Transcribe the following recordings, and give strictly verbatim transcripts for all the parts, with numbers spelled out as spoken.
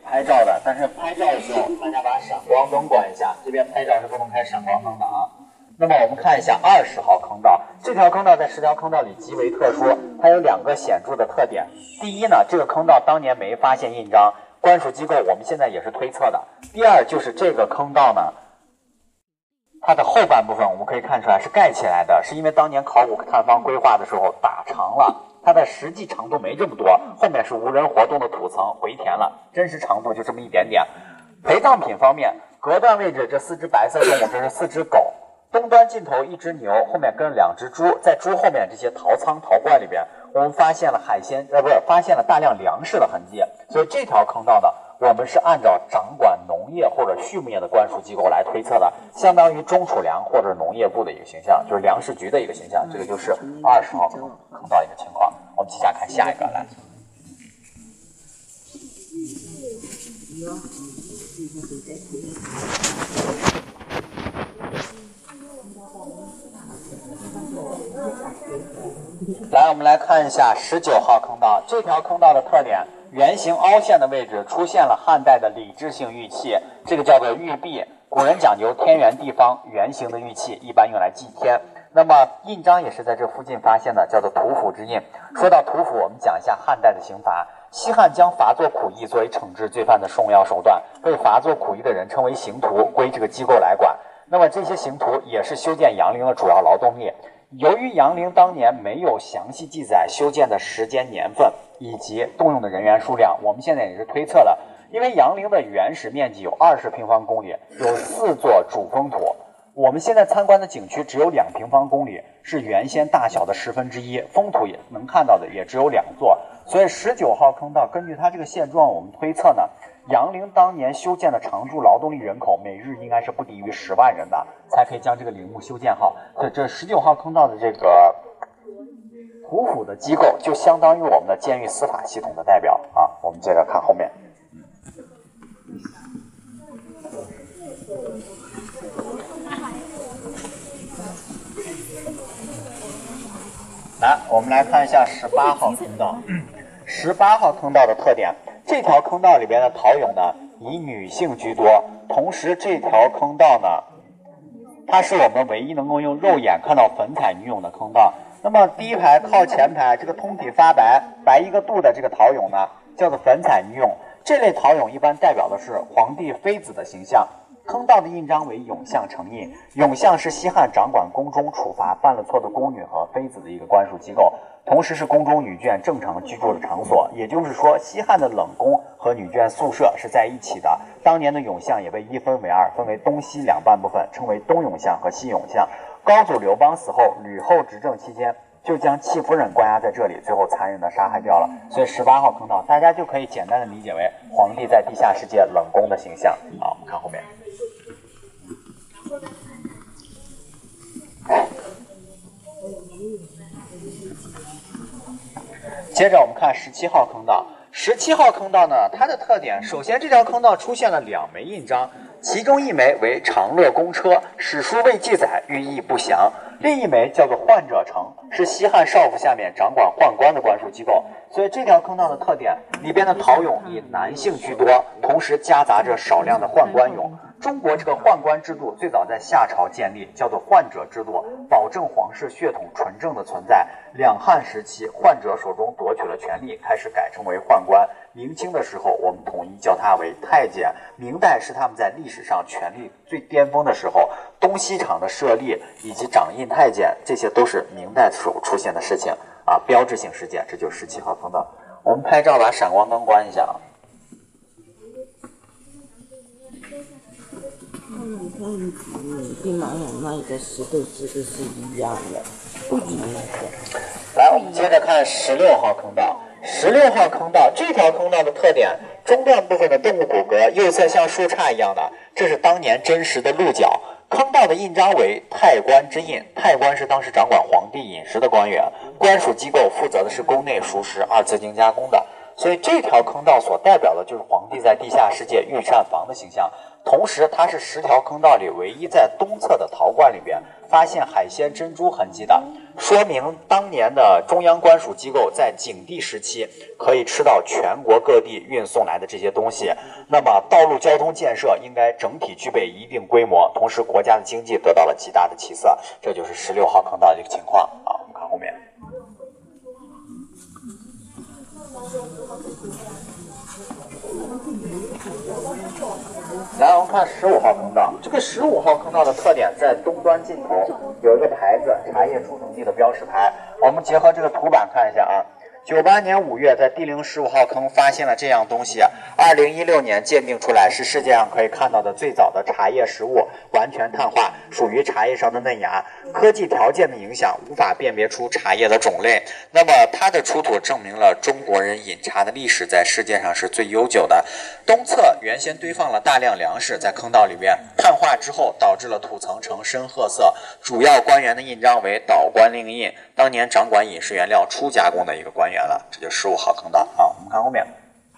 拍照的，但是拍照的时候大家把闪光灯关一下，这边拍照是不能开闪光灯的啊。那么我们看一下二十号坑道，这条坑道在十条坑道里极为特殊，它有两个显著的特点。第一呢，这个坑道当年没发现印章，官署机构我们现在也是推测的。第二就是这个坑道呢，它的后半部分我们可以看出来是盖起来的，是因为当年考古探方规划的时候打长了，它的实际长度没这么多，后面是无人活动的土层回填了，真实长度就这么一点点。陪葬品方面，隔断位置这四只白色动物，这是四只狗。东端尽头一只牛，后面跟两只猪，在猪后面这些陶仓陶罐里边，我们发现了海鲜，呃，不是发现了大量粮食的痕迹。所以这条坑道呢，我们是按照掌管农业或者畜牧业的官署机构来推测的，相当于中储粮或者农业部的一个形象，就是粮食局的一个形象。这个就是二十号坑坑道一个情况。我们接下来看下一个来。来，我们来看一下十九号坑道。这条坑道的特点，圆形凹陷的位置出现了汉代的礼制性玉器，这个叫做玉璧。古人讲究天圆地方，圆形的玉器一般用来祭天。那么印章也是在这附近发现的，叫做屠斧之印。说到屠斧，我们讲一下汉代的刑罚。西汉将罚作苦役作为惩治罪犯的重要手段，被罚作苦役的人称为刑徒，归这个机构来管。那么这些刑徒也是修建洋陵的主要劳动力。由于洋陵当年没有详细记载修建的时间年份以及动用的人员数量，我们现在也是推测的。因为洋陵的原始面积有二十平方公里，有四座主封土。我们现在参观的景区只有两平方公里，是原先大小的十分之一，封土也能看到的也只有两座。所以十九号坑道根据它这个现状，我们推测呢，洋陵当年修建的常住劳动力人口每日应该是不低于十万人的，才可以将这个陵墓修建好。所以这十九号坑道的这个屠斧的机构，就相当于我们的监狱司法系统的代表啊。我们接着看后面。来，我们来看一下十八号坑道。十八号坑道的特点，这条坑道里边的陶俑呢，以女性居多。同时，这条坑道呢，它是我们唯一能够用肉眼看到粉彩女俑的坑道。那么第一排靠前排这个通体发白、白一个度的这个陶俑呢，叫做粉彩女俑。这类陶俑一般代表的是皇帝妃子的形象。坑道的印章为俑像成印，俑像是西汉掌管宫中处罚犯了错的宫女和妃子的一个官署机构，同时是宫中女眷正常居住的场所。也就是说，西汉的冷宫和女眷宿舍是在一起的。当年的俑像也被一分为二，分为东西两半部分，称为东俑像和西俑像。高祖刘邦死后，吕后执政期间，就将戚夫人关押在这里，最后残忍的杀害掉了。所以十八号坑道，大家就可以简单的理解为皇帝在地下世界冷宫的形象。好，我们看后面。接着我们看十七号坑道。十七号坑道呢，它的特点，首先这条坑道出现了两枚印章，其中一枚为长乐公车，史书未记载，寓意不详；另一枚叫做宦者城，是西汉少府下面掌管宦官的官署机构。所以这条坑道的特点，里边的陶俑以男性居多，同时夹杂着少量的宦官俑。中国这个宦官制度最早在夏朝建立，叫做宦者制度，保证皇室血统纯正的存在。两汉时期，宦者手中夺取了权力，开始改称为宦官。明清的时候，我们统一叫它为太监。明代是他们在历史上权力最巅峰的时候，东西厂的设立以及掌印太监，这些都是明代时候出现的事情啊，标志性事件。这就是十七号坑道。我们拍照把闪光灯关一下啊。 你看，你跟马上那个石头这个是一样的，不一样的。 来，我们接着看十六号坑道。十六号坑道这条坑道的特点，中段部分的动物骨骼右侧像树杈一样的，这是当年真实的鹿角。坑道的印章为太官之印，太官是当时掌管皇帝饮食的官员，官署机构负责的是宫内熟食二次经加工的。 所以这条坑道所代表的就是皇帝在地下世界御膳房的形象。同时，它是十条坑道里唯一在东侧的陶罐里边发现海鲜珍珠痕迹的，说明当年的中央官署机构在景帝时期可以吃到全国各地运送来的这些东西。那么，道路交通建设应该整体具备一定规模，同时国家的经济得到了极大的起色。这就是十六号坑道的一个情况啊。我们看后面。来，我们看十五号坑道。这个十五号坑道的特点在东端尽头有一个牌子，茶叶出土地的标识牌。我们结合这个图板看一下啊。九八年五月，在地陵十五号坑发现了这样东西。二零一六年鉴定出来，是世界上可以看到的最早的茶叶实物，完全碳化，属于茶叶上的嫩芽。科技条件的影响，无法辨别出茶叶的种类。那么它的出土证明了中国人饮茶的历史在世界上是最悠久的。东侧原先堆放了大量粮食在坑道里面，碳化之后导致了土层呈深褐色。主要官员的印章为岛官令印，当年掌管饮食原料初加工的一个官员了。这就十五号坑道。好，我们看后面。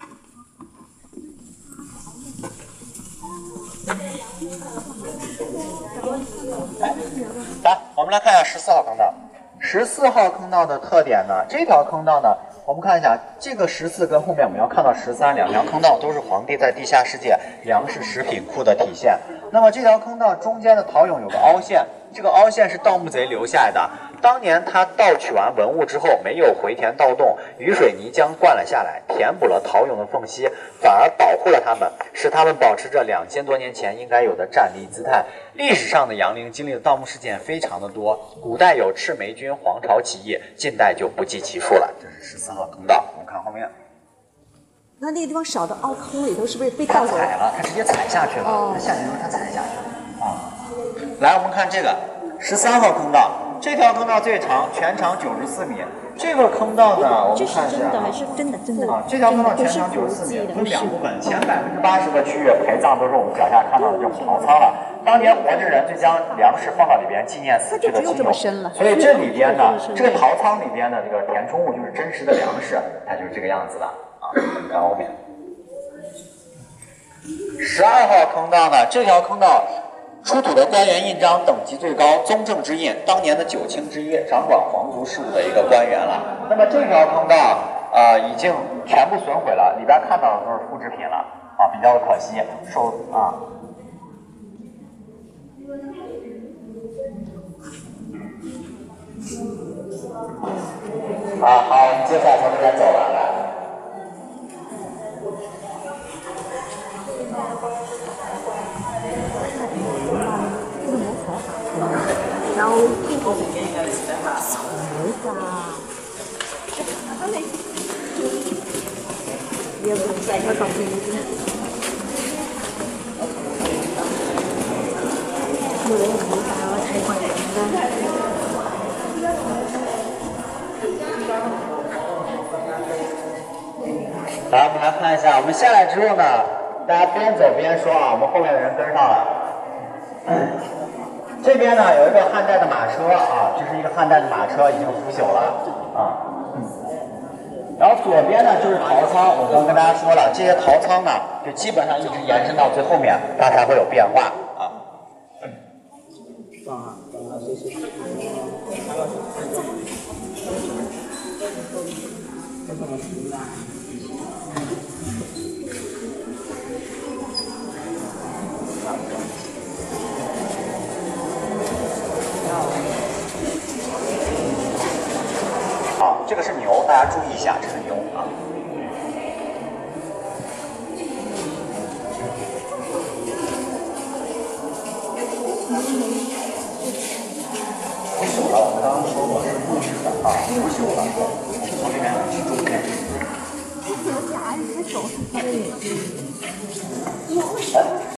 来，我们来看一下十四号坑道。十四号坑道的特点呢，这条坑道呢，我们看一下这个十四跟后面我们要看到十三两条坑道都是皇帝在地下世界粮食食品库的体现。那么这条坑道中间的陶俑有个凹陷，这个凹陷是盗墓贼留下来的。当年他盗取完文物之后，没有回填盗洞，雨水泥浆灌了下来，填补了陶俑的缝隙，反而保护了他们，使他们保持着两千多年前应该有的站立姿态。历史上的杨陵经历的盗墓事件非常的多，古代有赤眉军黄巢起义，近代就不计其数了。这是十四号坑道，我们看后面。 那那个地方少的凹坑里头是不是被他盗走踩了，他直接踩下去了。 哦他下去之后他踩下去了啊。来，我们看这个十三号坑道，这条坑道最长，全长九十四米。这个坑道呢，我这是们看一下真的还是真的真的？ 啊，这条坑道全长九十四米，分两部分，前百分之八十的区域陪葬都是我们脚下看到的这种陶仓了。当年活着人就将粮食放到里边纪念死去的亲友，所以这里边呢，这个陶仓里边的这个填充物就是真实的粮食，它就是这个样子的啊。看后面。十二号坑道呢，这条坑道出土的官员印章等级最高，宗正之印，当年的九卿之一，掌管皇族事务的一个官员了。那么这条坑道呃已经全部损毁了，里边看到的都是复制品了啊，比较的可惜，受啊。啊，好，我们接下来从这边走了，来。 然后屁股里面应该是哈，手的，也不在那搞这个，有人没把我抬过来的。 来，我们来看一下，我们下来之后呢，大家边走边说啊，我们后面的人跟上了。这边呢有一个汉代的马车啊，这是一个汉代的马车，已经腐朽了啊。然后左边呢就是陶仓，我刚刚跟大家说了，这些陶仓呢就基本上一直延伸到最后面，它才会有变化啊。好，这个是牛，大家注意一下，这是牛啊。腐朽了，我们刚刚说过是木质的啊，腐朽了，从这边去中间。